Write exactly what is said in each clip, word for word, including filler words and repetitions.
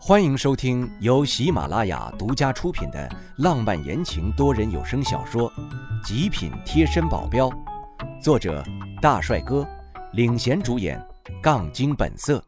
欢迎收听由喜马拉雅独家出品的浪漫言情多人有声小说《极品贴身保镖》，作者大帅哥，领衔主演杠精本色。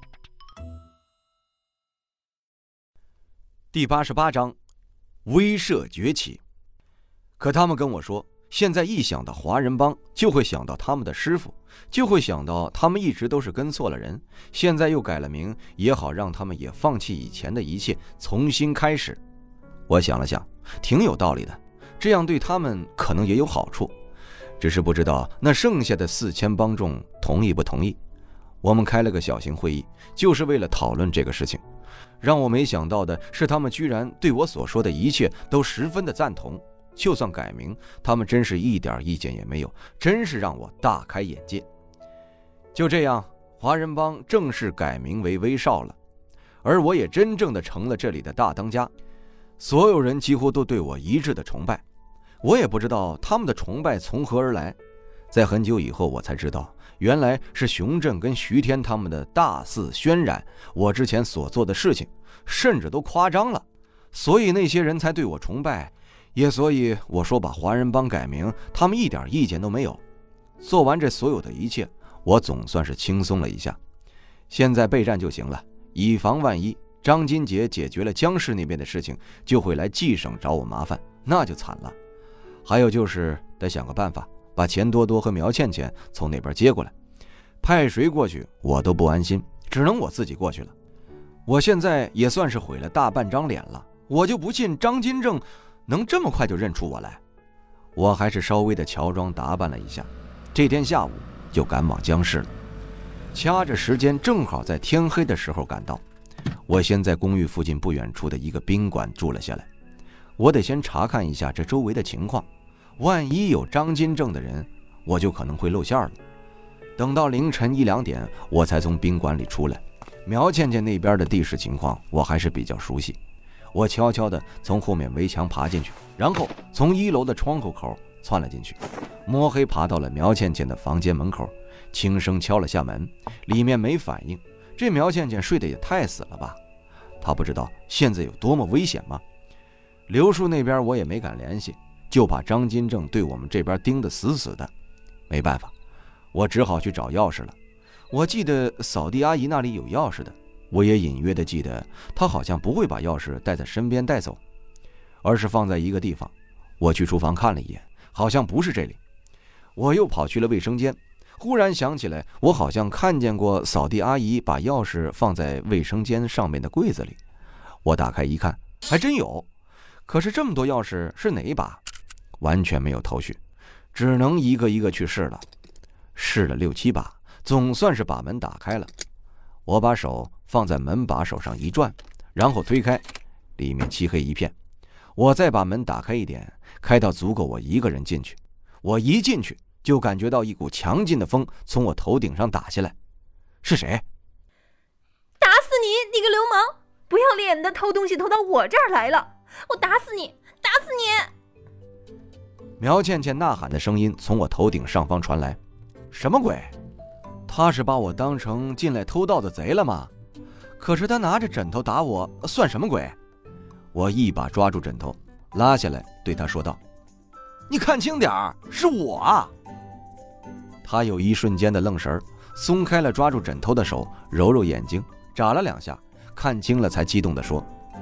第八十八章，威慑崛起。可他们跟我说，现在一想到华人帮，就会想到他们的师傅，就会想到他们一直都是跟错了人，现在又改了名，也好让他们也放弃以前的一切，重新开始。我想了想，挺有道理的，这样对他们可能也有好处，只是不知道那剩下的四千帮众同意不同意。我们开了个小型会议，就是为了讨论这个事情。让我没想到的是，他们居然对我所说的一切都十分的赞同，就算改名，他们真是一点意见也没有，真是让我大开眼界。就这样，华人帮正式改名为威少了，而我也真正的成了这里的大当家。所有人几乎都对我一致的崇拜，我也不知道他们的崇拜从何而来。在很久以后，我才知道，原来是熊震跟徐天他们的大肆渲染我之前所做的事情，甚至都夸张了，所以那些人才对我崇拜。也所以我说把华人帮改名，他们一点意见都没有。做完这所有的一切，我总算是轻松了一下。现在备战就行了，以防万一张金杰解决了江氏那边的事情，就会来冀省找我麻烦，那就惨了。还有就是得想个办法，把钱多多和苗倩倩从那边接过来。派谁过去我都不安心，只能我自己过去了。我现在也算是毁了大半张脸了，我就不信张金正能这么快就认出我来。我还是稍微的乔装打扮了一下，这天下午就赶往江市了。掐着时间正好在天黑的时候赶到。我先在公寓附近不远处的一个宾馆住了下来，我得先查看一下这周围的情况，万一有张金正的人，我就可能会露馅了。等到凌晨一两点，我才从宾馆里出来。苗倩倩那边的地势情况我还是比较熟悉，我悄悄地从后面围墙爬进去，然后从一楼的窗户口窜了进去，摸黑爬到了苗倩倩的房间门口，轻声敲了下门，里面没反应。这苗倩倩睡得也太死了吧，她不知道现在有多么危险吗？刘叔那边我也没敢联系，就怕张金正对我们这边盯得死死的。没办法，我只好去找钥匙了。我记得扫地阿姨那里有钥匙的，我也隐约的记得她好像不会把钥匙带在身边带走，而是放在一个地方。我去厨房看了一眼，好像不是这里。我又跑去了卫生间，忽然想起来，我好像看见过扫地阿姨把钥匙放在卫生间上面的柜子里。我打开一看，还真有。可是这么多钥匙是哪一把？完全没有头绪，只能一个一个去试了。试了六七把，总算是把门打开了。我把手放在门把手上一转，然后推开，里面漆黑一片。我再把门打开一点，开到足够我一个人进去。我一进去就感觉到一股强劲的风从我头顶上打下来。是谁？ 打死你，你个流氓！不要脸的偷东西偷到我这儿来了，我打死你，打死你！ 苗倩倩呐喊的声音从我头顶上方传来。什么鬼？他是把我当成进来偷盗的贼了吗？可是他拿着枕头打我，算什么鬼？我一把抓住枕头，拉下来对他说道：你看清点儿，是我啊！他有一瞬间的愣神，松开了抓住枕头的手，揉揉眼睛，眨了两下，看清了才激动地说：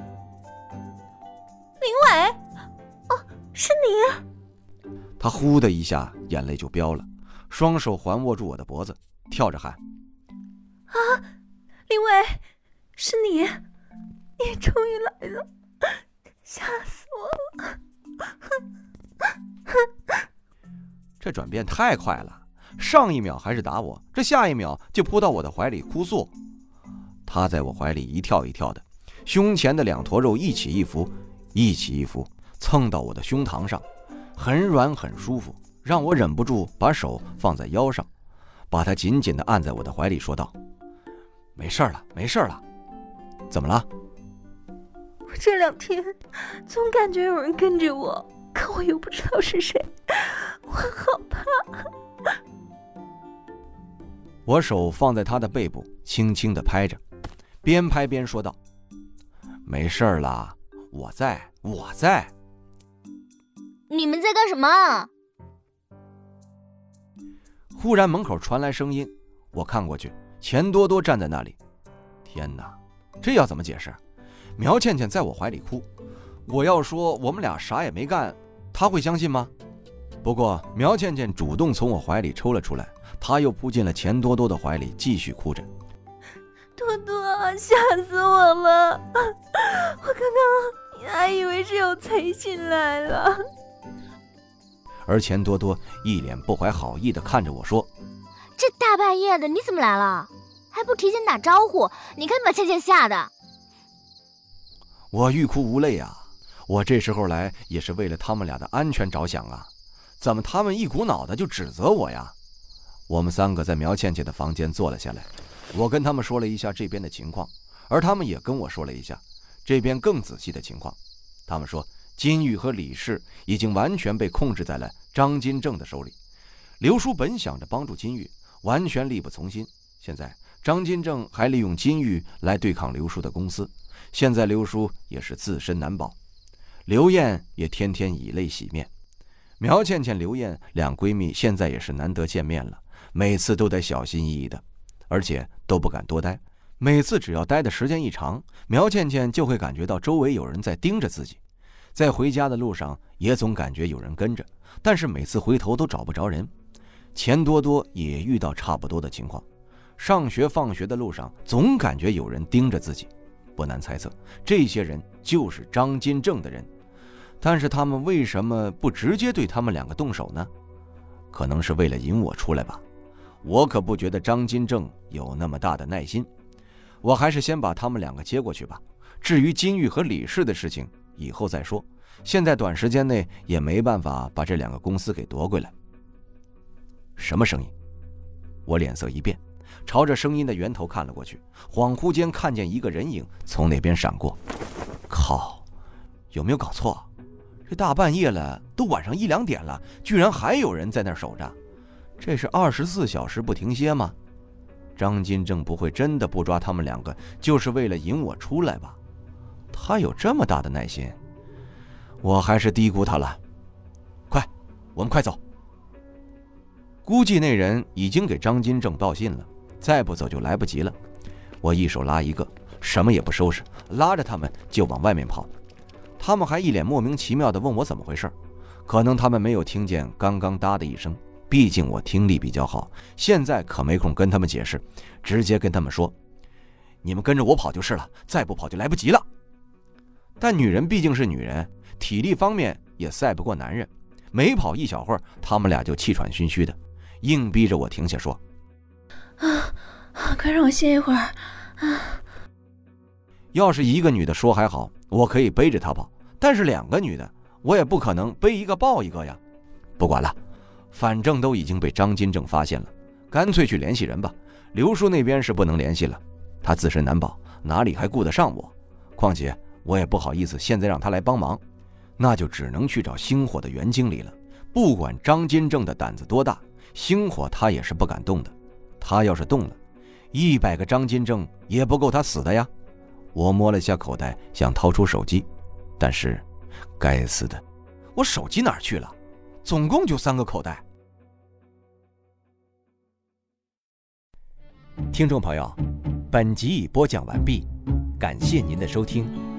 林伟，哦，是你！ 他呼的一下眼泪就飙了，双手环握住我的脖子，跳着喊： 啊，林伟，是你，你终于来了，吓死我了！ 这转变太快了，上一秒还是打我，这下一秒就扑到我的怀里哭诉。他在我怀里一跳一跳的，胸前的两坨肉一起一伏，一起一伏，蹭到我的胸膛上，很软很舒服，让我忍不住把手放在腰上，把他紧紧地按在我的怀里，说道：没事了，没事了。怎么了？ 我这两天总感觉有人跟着我，可我又不知道是谁，我好怕。 我手放在他的背部轻轻地拍着，边拍边说道： 没事儿啦，我在，我在。 你们在干什么？ 忽然门口传来声音，我看过去，钱多多站在那里。天哪，这要怎么解释？苗倩倩在我怀里哭，我要说我们俩啥也没干，她会相信吗？不过苗倩倩主动从我怀里抽了出来，她又扑进了钱多多的怀里，继续哭着。 多多，吓死我了！我刚刚还以为是有贼进来了。 而钱多多一脸不怀好意地看着我说： 这大半夜的你怎么来了？还不提前打招呼，你看把倩倩吓的。 我欲哭无泪啊，我这时候来也是为了他们俩的安全着想啊，怎么他们一股脑的就指责我呀？我们三个在苗倩倩的房间坐了下来，我跟他们说了一下这边的情况，而他们也跟我说了一下这边更仔细的情况。他们说金玉和李氏已经完全被控制在了张金正的手里，刘叔本想着帮助金玉，完全力不从心。现在张金正还利用金玉来对抗刘叔的公司，现在刘叔也是自身难保。刘艳也天天以泪洗面，苗倩倩、刘艳两闺蜜现在也是难得见面了，每次都得小心翼翼的，而且都不敢多待。每次只要待的时间一长，苗倩倩就会感觉到周围有人在盯着自己，在回家的路上也总感觉有人跟着，但是每次回头都找不着人。钱多多也遇到差不多的情况，上学放学的路上总感觉有人盯着自己，不难猜测这些人就是张金正的人。但是他们为什么不直接对他们两个动手呢？可能是为了引我出来吧，我可不觉得张金正有那么大的耐心。我还是先把他们两个接过去吧，至于金玉和李氏的事情以后再说，现在短时间内也没办法把这两个公司给夺回来。什么声音？我脸色一变，朝着声音的源头看了过去，恍惚间看见一个人影从那边闪过。靠，有没有搞错？这大半夜了，都晚上一两点了，居然还有人在那儿守着，这是二十四小时不停歇吗？张金正不会真的不抓他们两个，就是为了引我出来吧？他有这么大的耐心，我还是低估他了。快，我们快走。估计那人已经给张金正报信了，再不走就来不及了。我一手拉一个，什么也不收拾，拉着他们就往外面跑。他们还一脸莫名其妙地问我怎么回事，可能他们没有听见刚刚哒的一声，毕竟我听力比较好，现在可没空跟他们解释，直接跟他们说：你们跟着我跑就是了，再不跑就来不及了。但女人毕竟是女人，体力方面也赛不过男人，没跑一小会儿，他们俩就气喘吁吁的，硬逼着我停下说： 啊，快让我歇一会儿啊！ 要是一个女的说还好，我可以背着她跑，但是两个女的，我也不可能背一个抱一个呀。不管了，反正都已经被张金正发现了，干脆去联系人吧。刘叔那边是不能联系了，他自身难保，哪里还顾得上我？况且我也不好意思现在让他来帮忙，那就只能去找星火的袁经理了。不管张金正的胆子多大，星火他也是不敢动的。他要是动了，一百个张金正也不够他死的呀。我摸了下口袋，想掏出手机，但是该死的，我手机哪儿去了？总共就三个口袋。听众朋友，本集已播讲完毕，感谢您的收听。